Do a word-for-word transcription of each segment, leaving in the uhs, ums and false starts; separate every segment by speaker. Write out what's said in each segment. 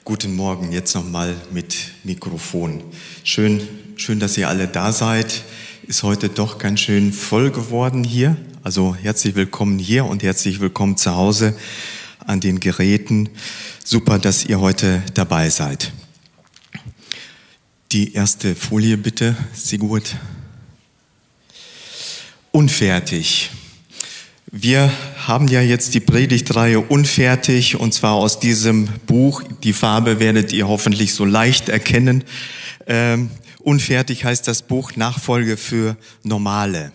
Speaker 1: Guten Morgen, jetzt nochmal mit Mikrofon. Schön, schön, dass ihr alle da seid. Ist heute doch ganz schön voll geworden hier. Also herzlich willkommen hier und herzlich willkommen zu Hause an den Geräten. Super, dass ihr heute dabei seid. Die erste Folie bitte, Sigurd. Unfertig. Wir haben ja jetzt die Predigtreihe Unfertig, und zwar aus diesem Buch. Die Farbe werdet ihr hoffentlich so leicht erkennen. Ähm, Unfertig heißt das Buch, Nachfolge für Normale.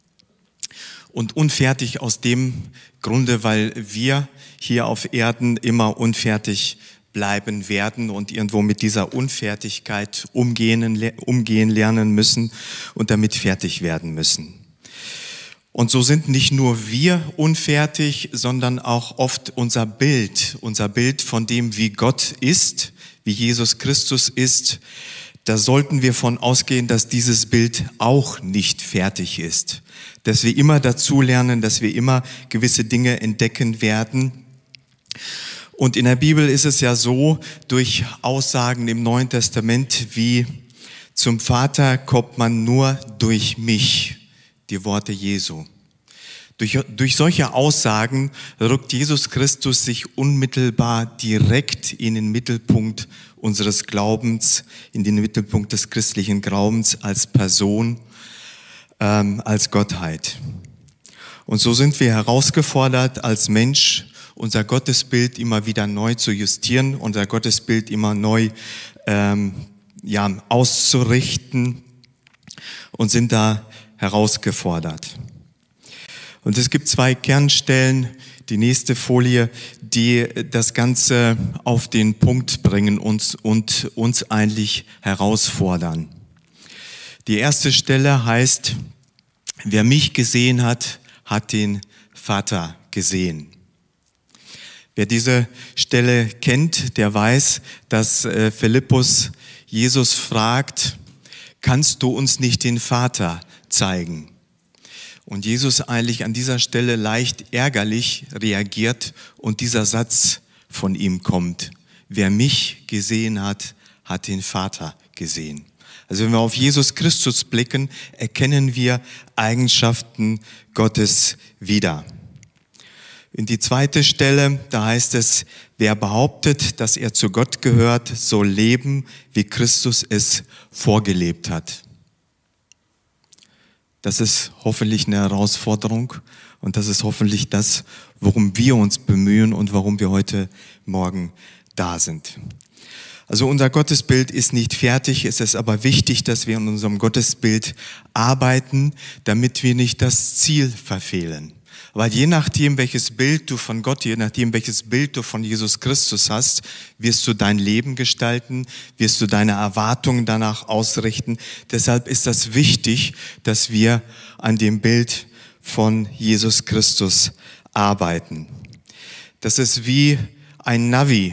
Speaker 1: Und unfertig aus dem Grunde, weil wir hier auf Erden immer unfertig bleiben werden und irgendwo mit dieser Unfertigkeit umgehen, umgehen lernen müssen und damit fertig werden müssen. Und so sind nicht nur wir unfertig, sondern auch oft unser Bild, unser Bild von dem, wie Gott ist, wie Jesus Christus ist. Da sollten wir von ausgehen, dass dieses Bild auch nicht fertig ist. Dass wir immer dazulernen, dass wir immer gewisse Dinge entdecken werden. Und in der Bibel ist es ja so, durch Aussagen im Neuen Testament wie: Zum Vater kommt man nur durch mich. Die Worte Jesu. Durch, durch solche Aussagen rückt Jesus Christus sich unmittelbar direkt in den Mittelpunkt unseres Glaubens, in den Mittelpunkt des christlichen Glaubens als Person, ähm, als Gottheit. Und so sind wir herausgefordert, als Mensch unser Gottesbild immer wieder neu zu justieren, unser Gottesbild immer neu ähm, ja, auszurichten und sind da herausgefordert. Und es gibt zwei Kernstellen, die nächste Folie, die das Ganze auf den Punkt bringen uns, und uns eigentlich herausfordern. Die erste Stelle heißt: Wer mich gesehen hat, hat den Vater gesehen. Wer diese Stelle kennt, der weiß, dass äh, Philippus Jesus fragt: Kannst du uns nicht den Vater zeigen? Und Jesus eigentlich an dieser Stelle leicht ärgerlich reagiert und dieser Satz von ihm kommt: Wer mich gesehen hat, hat den Vater gesehen. Also wenn wir auf Jesus Christus blicken, erkennen wir Eigenschaften Gottes wieder. In die zweite Stelle, da heißt es: Wer behauptet, dass er zu Gott gehört, soll leben, wie Christus es vorgelebt hat. Das ist hoffentlich eine Herausforderung und das ist hoffentlich das, worum wir uns bemühen und warum wir heute Morgen da sind. Also unser Gottesbild ist nicht fertig, es ist aber wichtig, dass wir in unserem Gottesbild arbeiten, damit wir nicht das Ziel verfehlen. Weil je nachdem, welches Bild du von Gott, je nachdem, welches Bild du von Jesus Christus hast, wirst du dein Leben gestalten, wirst du deine Erwartungen danach ausrichten. Deshalb ist das wichtig, dass wir an dem Bild von Jesus Christus arbeiten. Das ist wie ein Navi.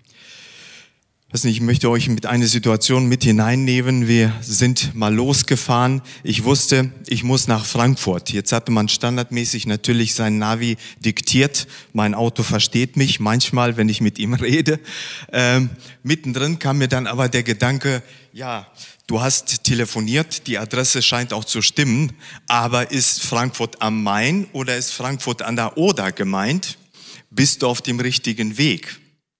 Speaker 1: Ich möchte euch mit einer Situation mit hineinnehmen. Wir sind mal losgefahren. Ich wusste, ich muss nach Frankfurt. Jetzt hatte man standardmäßig natürlich sein Navi diktiert. Mein Auto versteht mich manchmal, wenn ich mit ihm rede. Ähm, mittendrin kam mir dann aber der Gedanke: Ja, du hast telefoniert, die Adresse scheint auch zu stimmen, aber ist Frankfurt am Main oder ist Frankfurt an der Oder gemeint? Bist du auf dem richtigen Weg?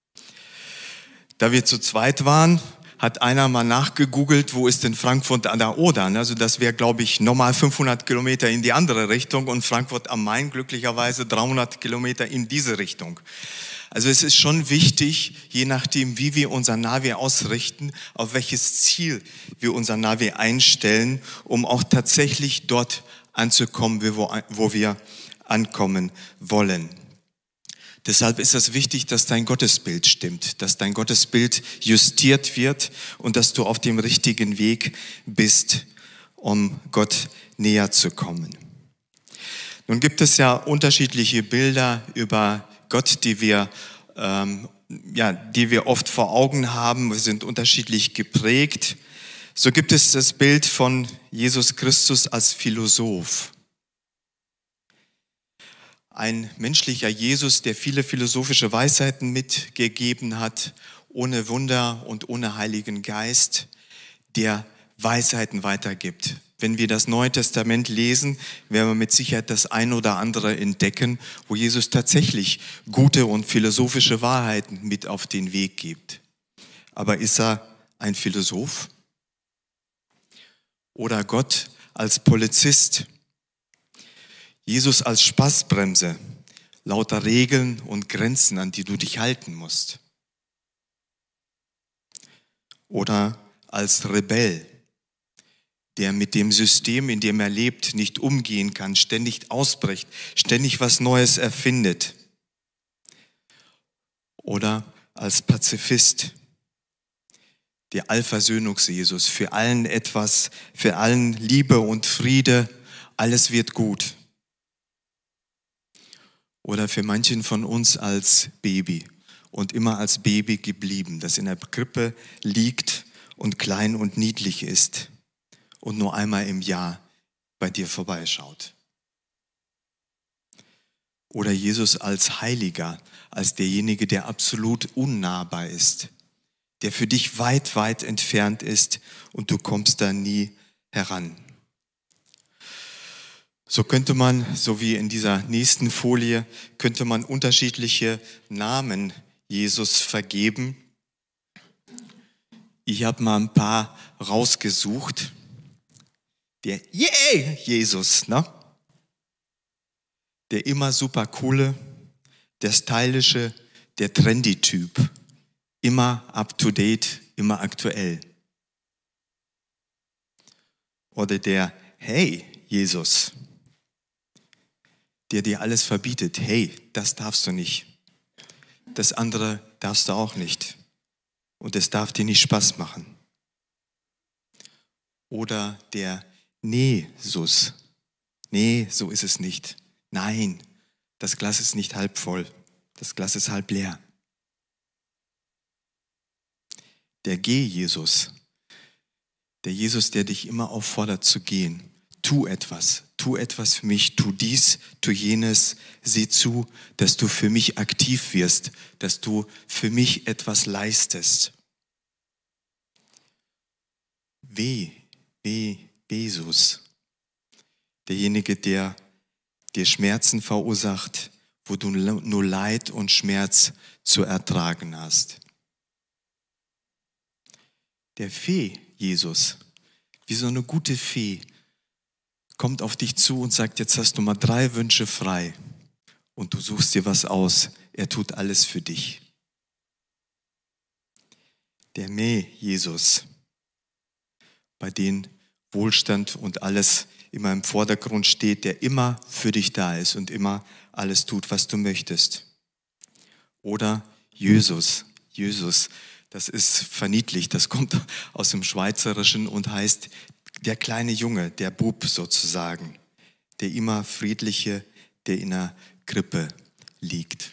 Speaker 1: Da wir zu zweit waren, hat einer mal nachgegoogelt, wo ist denn Frankfurt an der Oder? Also das wäre, glaube ich, nochmal fünfhundert Kilometer in die andere Richtung und Frankfurt am Main glücklicherweise dreihundert Kilometer in diese Richtung. Also es ist schon wichtig, je nachdem, wie wir unser Navi ausrichten, auf welches Ziel wir unser Navi einstellen, um auch tatsächlich dort anzukommen, wo wir ankommen wollen. Deshalb ist es wichtig, dass dein Gottesbild stimmt, dass dein Gottesbild justiert wird und dass du auf dem richtigen Weg bist, um Gott näher zu kommen. Nun gibt es ja unterschiedliche Bilder über Gott, die wir, ähm, ja, die wir oft vor Augen haben. Wir sind unterschiedlich geprägt. So gibt es das Bild von Jesus Christus als Philosoph. Ein menschlicher Jesus, der viele philosophische Weisheiten mitgegeben hat ohne Wunder und ohne Heiligen Geist, der Weisheiten weitergibt. Wenn wir das Neue Testament lesen, werden wir mit Sicherheit das ein oder andere entdecken, wo Jesus tatsächlich gute und philosophische Wahrheiten mit auf den Weg gibt. Aber ist er ein Philosoph? Oder Gott als Polizist? Jesus als Spaßbremse, lauter Regeln und Grenzen, an die du dich halten musst? Oder als Rebell, der mit dem System, in dem er lebt, nicht umgehen kann, ständig ausbricht, ständig was Neues erfindet? Oder als Pazifist, der Allversöhnungs-Jesus, für allen etwas, für allen Liebe und Friede, alles wird gut? Oder für manchen von uns als Baby und immer als Baby geblieben, das in der Krippe liegt und klein und niedlich ist und nur einmal im Jahr bei dir vorbeischaut. Oder Jesus als Heiliger, als derjenige, der absolut unnahbar ist, der für dich weit, weit entfernt ist und du kommst da nie heran. So könnte man, so wie in dieser nächsten Folie, könnte man unterschiedliche Namen Jesus vergeben. Ich habe mal ein paar rausgesucht. Der Yeah Jesus, ne? Der immer super coole, der stylische, der trendy Typ. Immer up to date, immer aktuell. Oder der Hey Jesus, der dir alles verbietet. Hey, das darfst du nicht. Das andere darfst du auch nicht. Und es darf dir nicht Spaß machen. Oder der Nee, Sus. Nee, so ist es nicht. Nein, das Glas ist nicht halb voll. Das Glas ist halb leer. Der Geh Jesus. Der Jesus, der dich immer auffordert zu gehen. Tu etwas. Tu etwas für mich. Tu dies, tu jenes. Sieh zu, dass du für mich aktiv wirst. Dass du für mich etwas leistest. Weh, weh, Jesus, derjenige, der dir Schmerzen verursacht, wo du nur Leid und Schmerz zu ertragen hast. Der Fee, Jesus, wie so eine gute Fee, kommt auf dich zu und sagt, jetzt hast du mal drei Wünsche frei und du suchst dir was aus. Er tut alles für dich. Der Meh, Jesus, bei dem Wohlstand und alles immer im Vordergrund steht, der immer für dich da ist und immer alles tut, was du möchtest. Oder Jesus, Jesus, das ist verniedlicht, das kommt aus dem Schweizerischen und heißt der kleine Junge, der Bub sozusagen, der immer friedliche, der in der Krippe liegt.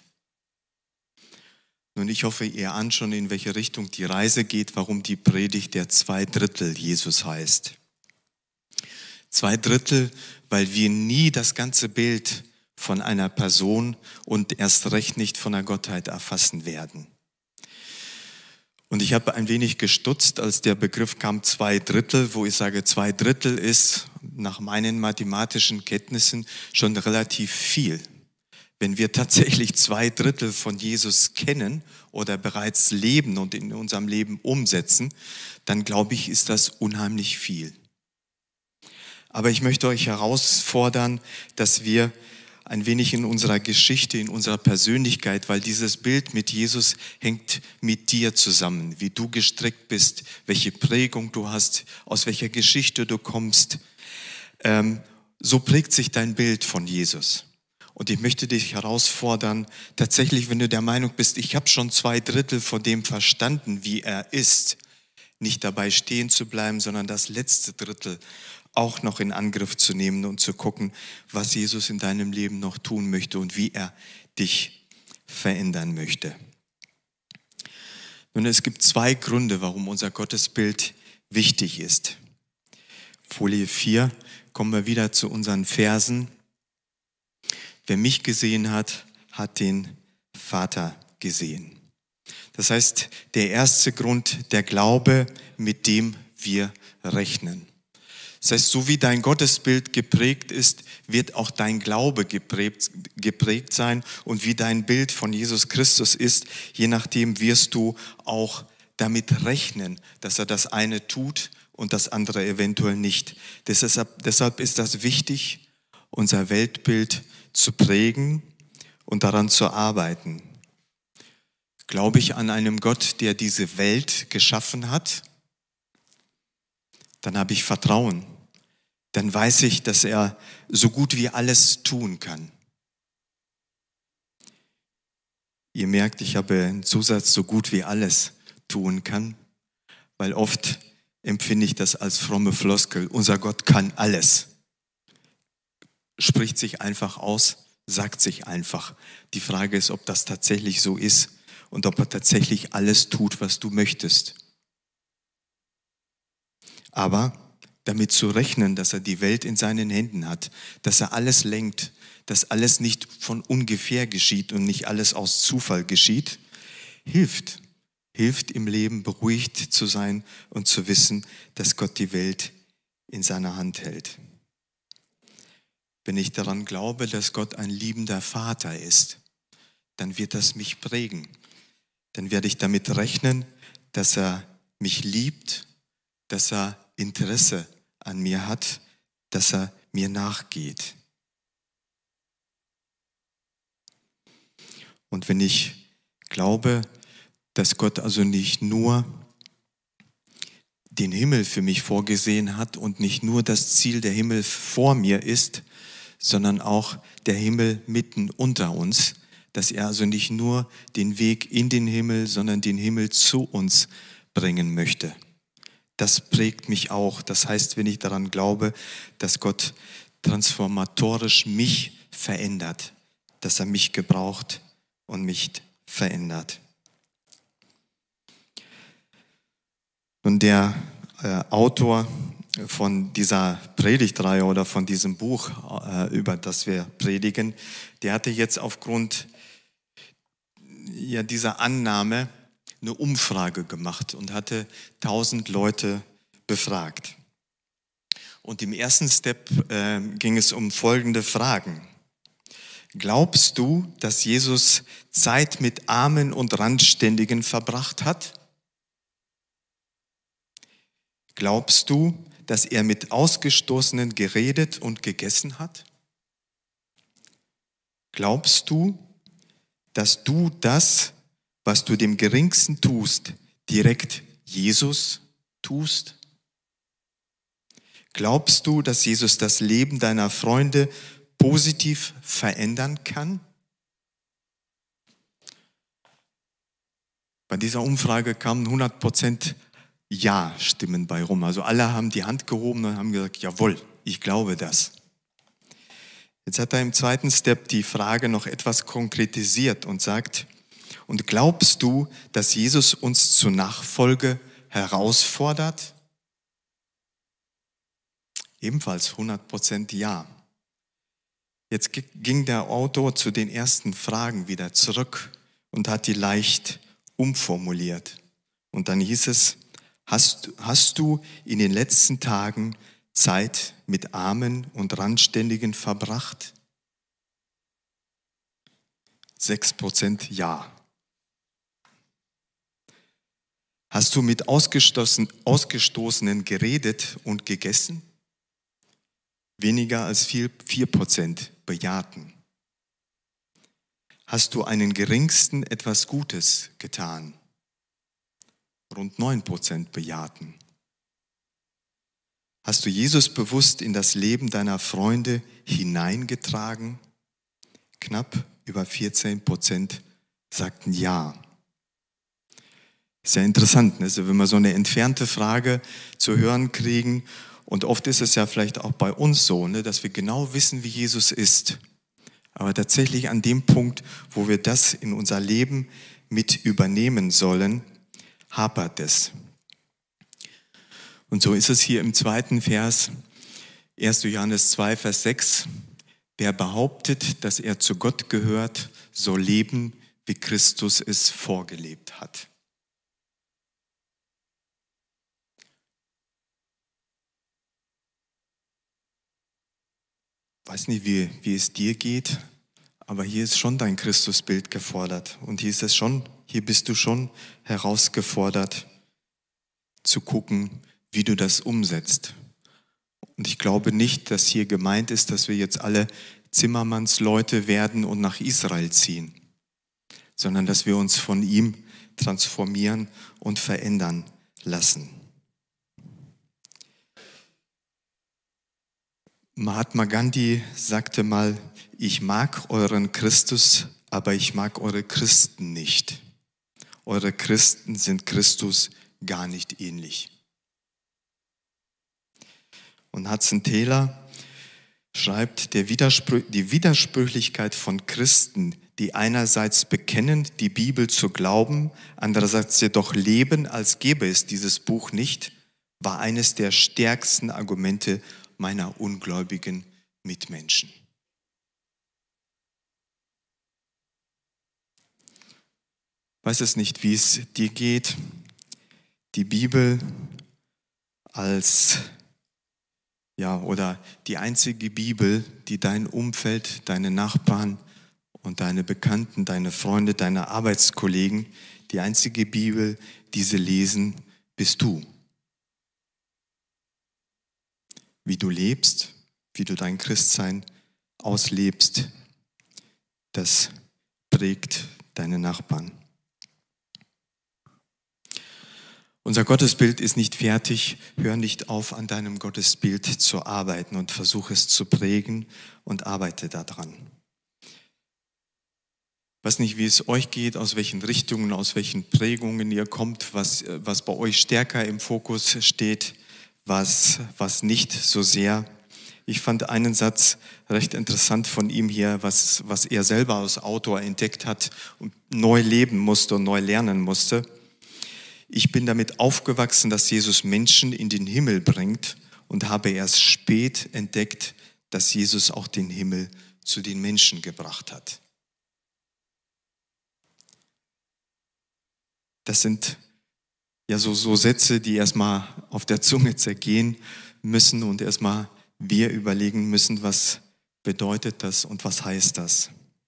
Speaker 1: Nun, ich hoffe, ihr ahnt schon, in welche Richtung die Reise geht, warum die Predigt der Zweidrittel Jesus heißt. Zwei Drittel, weil wir nie das ganze Bild von einer Person und erst recht nicht von der Gottheit erfassen werden. Und ich habe ein wenig gestutzt, als der Begriff kam, zwei Drittel, wo ich sage, zwei Drittel ist nach meinen mathematischen Kenntnissen schon relativ viel. Wenn wir tatsächlich zwei Drittel von Jesus kennen oder bereits leben und in unserem Leben umsetzen, dann glaube ich, ist das unheimlich viel. Aber ich möchte euch herausfordern, dass wir ein wenig in unserer Geschichte, in unserer Persönlichkeit, weil dieses Bild mit Jesus hängt mit dir zusammen, wie du gestrickt bist, welche Prägung du hast, aus welcher Geschichte du kommst. Ähm, so prägt sich dein Bild von Jesus. Und ich möchte dich herausfordern, tatsächlich, wenn du der Meinung bist, ich habe schon zwei Drittel von dem verstanden, wie er ist, nicht dabei stehen zu bleiben, sondern das letzte Drittel auch noch in Angriff zu nehmen und zu gucken, was Jesus in deinem Leben noch tun möchte und wie er dich verändern möchte. Nun, es gibt zwei Gründe, warum unser Gottesbild wichtig ist. Folie vier, kommen wir wieder zu unseren Versen. Wer mich gesehen hat, hat den Vater gesehen. Das heißt, der erste Grund, der Glaube, mit dem wir rechnen. Das heißt, so wie dein Gottesbild geprägt ist, wird auch dein Glaube geprägt, geprägt sein. Und wie dein Bild von Jesus Christus ist, je nachdem wirst du auch damit rechnen, dass er das eine tut und das andere eventuell nicht. Deshalb, deshalb ist das wichtig, unser Weltbild zu prägen und daran zu arbeiten. Glaube ich an einen Gott, der diese Welt geschaffen hat? Dann habe ich Vertrauen. Dann weiß ich, dass er so gut wie alles tun kann. Ihr merkt, ich habe einen Zusatz, so gut wie alles tun kann, weil oft empfinde ich das als fromme Floskel. Unser Gott kann alles. Spricht sich einfach aus, sagt sich einfach. Die Frage ist, ob das tatsächlich so ist und ob er tatsächlich alles tut, was du möchtest. Aber damit zu rechnen, dass er die Welt in seinen Händen hat, dass er alles lenkt, dass alles nicht von ungefähr geschieht und nicht alles aus Zufall geschieht, hilft. Hilft im Leben beruhigt zu sein und zu wissen, dass Gott die Welt in seiner Hand hält. Wenn ich daran glaube, dass Gott ein liebender Vater ist, dann wird das mich prägen. Dann werde ich damit rechnen, dass er mich liebt, dass er Interesse an mir hat, dass er mir nachgeht. Und wenn ich glaube, dass Gott also nicht nur den Himmel für mich vorgesehen hat und nicht nur das Ziel der Himmel vor mir ist, sondern auch der Himmel mitten unter uns, dass er also nicht nur den Weg in den Himmel, sondern den Himmel zu uns bringen möchte. Das prägt mich auch. Das heißt, wenn ich daran glaube, dass Gott transformatorisch mich verändert, dass er mich gebraucht und mich verändert. Und der äh, Autor von dieser Predigtreihe oder von diesem Buch, äh, über das wir predigen, der hatte jetzt aufgrund ja, dieser Annahme eine Umfrage gemacht und hatte tausend Leute befragt. Und im ersten Step äh, ging es um folgende Fragen. Glaubst du, dass Jesus Zeit mit Armen und Randständigen verbracht hat? Glaubst du, dass er mit Ausgestoßenen geredet und gegessen hat? Glaubst du, dass du das, was du dem Geringsten tust, direkt Jesus tust? Glaubst du, dass Jesus das Leben deiner Freunde positiv verändern kann? Bei dieser Umfrage kamen hundert Prozent Ja-Stimmen bei rum. Also alle haben die Hand gehoben und haben gesagt, jawohl, ich glaube das. Jetzt hat er im zweiten Step die Frage noch etwas konkretisiert und sagt, und glaubst du, dass Jesus uns zur Nachfolge herausfordert? Ebenfalls hundert Prozent Ja. Jetzt ging der Autor zu den ersten Fragen wieder zurück und hat die leicht umformuliert. Und dann hieß es, hast, hast du in den letzten Tagen Zeit mit Armen und Randständigen verbracht? Sechs Prozent Ja. Hast du mit Ausgestoßen, Ausgestoßenen geredet und gegessen? Weniger als vier Prozent bejahten. Hast du einen Geringsten etwas Gutes getan? Rund neun Prozent bejahten. Hast du Jesus bewusst in das Leben deiner Freunde hineingetragen? Knapp über vierzehn Prozent sagten Ja. Ist ja interessant, also wenn wir so eine entfernte Frage zu hören kriegen, und oft ist es ja vielleicht auch bei uns so, ne, dass wir genau wissen, wie Jesus ist. Aber tatsächlich an dem Punkt, wo wir das in unser Leben mit übernehmen sollen, hapert es. Und so ist es hier im zweiten Vers, erster Johannes zwei, Vers sechs. Wer behauptet, dass er zu Gott gehört, soll leben, wie Christus es vorgelebt hat. Ich weiß nicht, wie, wie es dir geht, aber hier ist schon dein Christusbild gefordert. Und hier ist es schon, hier bist du schon herausgefordert, zu gucken, wie du das umsetzt. Und ich glaube nicht, dass hier gemeint ist, dass wir jetzt alle Zimmermannsleute werden und nach Israel ziehen, sondern dass wir uns von ihm transformieren und verändern lassen. Mahatma Gandhi sagte mal, ich mag euren Christus, aber ich mag eure Christen nicht. Eure Christen sind Christus gar nicht ähnlich. Und Hudson Taylor schreibt, der Widerspr- die Widersprüchlichkeit von Christen, die einerseits bekennen, die Bibel zu glauben, andererseits jedoch leben, als gäbe es dieses Buch nicht, war eines der stärksten Argumente meiner ungläubigen Mitmenschen. Ich weiß es nicht, wie es dir geht. Die Bibel als, ja, oder die einzige Bibel, die dein Umfeld, deine Nachbarn und deine Bekannten, deine Freunde, deine Arbeitskollegen, die einzige Bibel, die sie lesen, bist du. Wie du lebst, wie du dein Christsein auslebst, das prägt deine Nachbarn. Unser Gottesbild ist nicht fertig. Hör nicht auf, an deinem Gottesbild zu arbeiten und versuche es zu prägen und arbeite daran. Ich weiß nicht, wie es euch geht, aus welchen Richtungen, aus welchen Prägungen ihr kommt, was, was bei euch stärker im Fokus steht, was, was nicht so sehr. Ich fand einen Satz recht interessant von ihm hier, was, was er selber als Autor entdeckt hat und neu leben musste und neu lernen musste. Ich bin damit aufgewachsen, dass Jesus Menschen in den Himmel bringt und habe erst spät entdeckt, dass Jesus auch den Himmel zu den Menschen gebracht hat. Das sind ja so, so Sätze, die erstmal auf der Zunge zergehen müssen und erstmal wir überlegen müssen, was bedeutet das und was heißt das.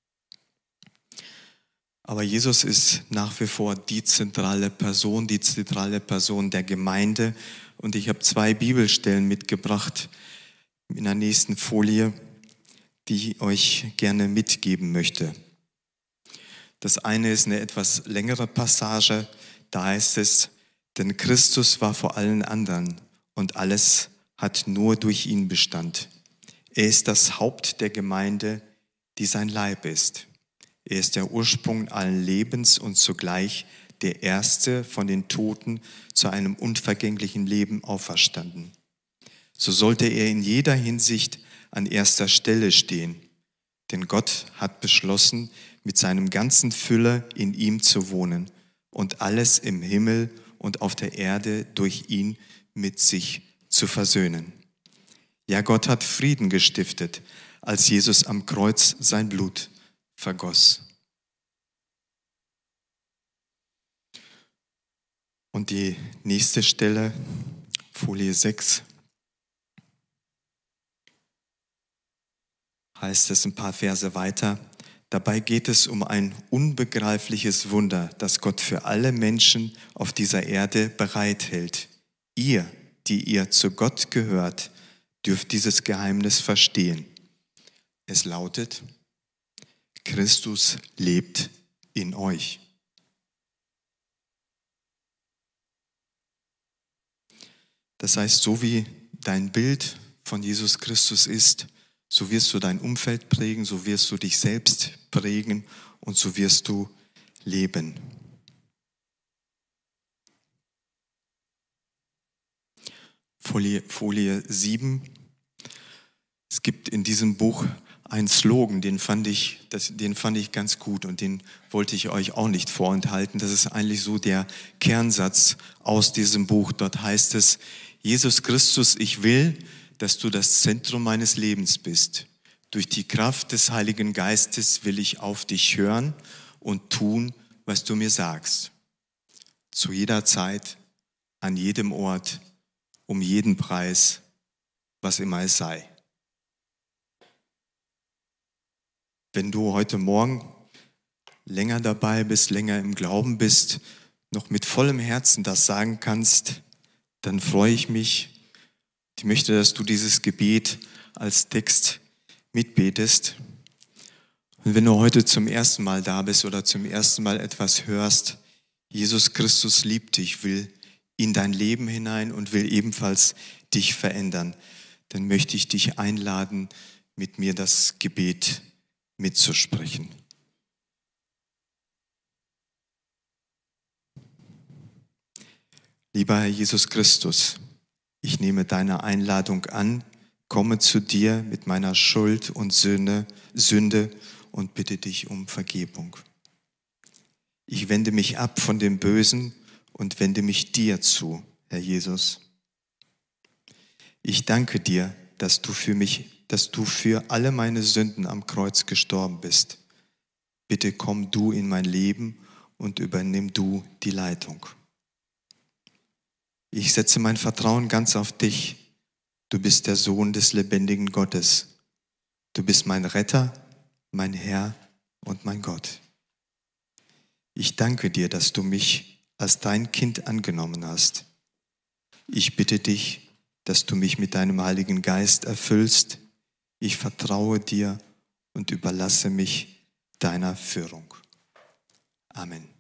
Speaker 1: Aber Jesus ist nach wie vor die zentrale Person, die zentrale Person der Gemeinde. Und ich habe zwei Bibelstellen mitgebracht in der nächsten Folie, die ich euch gerne mitgeben möchte. Das eine ist eine etwas längere Passage, da heißt es, denn Christus war vor allen anderen und alles hat nur durch ihn Bestand. Er ist das Haupt der Gemeinde, die sein Leib ist. Er ist der Ursprung allen Lebens und zugleich der Erste von den Toten zu einem unvergänglichen Leben auferstanden. So sollte er in jeder Hinsicht an erster Stelle stehen, denn Gott hat beschlossen, mit seinem ganzen Fülle in ihm zu wohnen und alles im Himmel und auf der Erde durch ihn mit sich zu versöhnen. Ja, Gott hat Frieden gestiftet, als Jesus am Kreuz sein Blut vergoss. Und die nächste Stelle, Folie sechs, heißt es ein paar Verse weiter. Dabei geht es um ein unbegreifliches Wunder, das Gott für alle Menschen auf dieser Erde bereithält. Ihr, die ihr zu Gott gehört, dürft dieses Geheimnis verstehen. Es lautet, Christus lebt in euch. Das heißt, so wie dein Bild von Jesus Christus ist, so wirst du dein Umfeld prägen, so wirst du dich selbst prägen und so wirst du leben. Folie, Folie sieben. Es gibt in diesem Buch einen Slogan, den fand ich, das, den fand ich ganz gut und den wollte ich euch auch nicht vorenthalten. Das ist eigentlich so der Kernsatz aus diesem Buch. Dort heißt es, Jesus Christus, ich will, dass du das Zentrum meines Lebens bist. Durch die Kraft des Heiligen Geistes will ich auf dich hören und tun, was du mir sagst. Zu jeder Zeit, an jedem Ort, um jeden Preis, was immer es sei. Wenn du heute Morgen länger dabei bist, länger im Glauben bist, noch mit vollem Herzen das sagen kannst, dann freue ich mich. Ich möchte, dass du dieses Gebet als Text mitbetest. Und wenn du heute zum ersten Mal da bist oder zum ersten Mal etwas hörst, Jesus Christus liebt dich, will in dein Leben hinein und will ebenfalls dich verändern, dann möchte ich dich einladen, mit mir das Gebet mitzusprechen. Lieber Herr Jesus Christus, ich nehme deine Einladung an, komme zu dir mit meiner Schuld und Sünde, Sünde und bitte dich um Vergebung. Ich wende mich ab von dem Bösen und wende mich dir zu, Herr Jesus. Ich danke dir, dass du für mich, dass du für alle meine Sünden am Kreuz gestorben bist. Bitte komm du in mein Leben und übernimm du die Leitung. Ich setze mein Vertrauen ganz auf dich. Du bist der Sohn des lebendigen Gottes. Du bist mein Retter, mein Herr und mein Gott. Ich danke dir, dass du mich als dein Kind angenommen hast. Ich bitte dich, dass du mich mit deinem Heiligen Geist erfüllst. Ich vertraue dir und überlasse mich deiner Führung. Amen.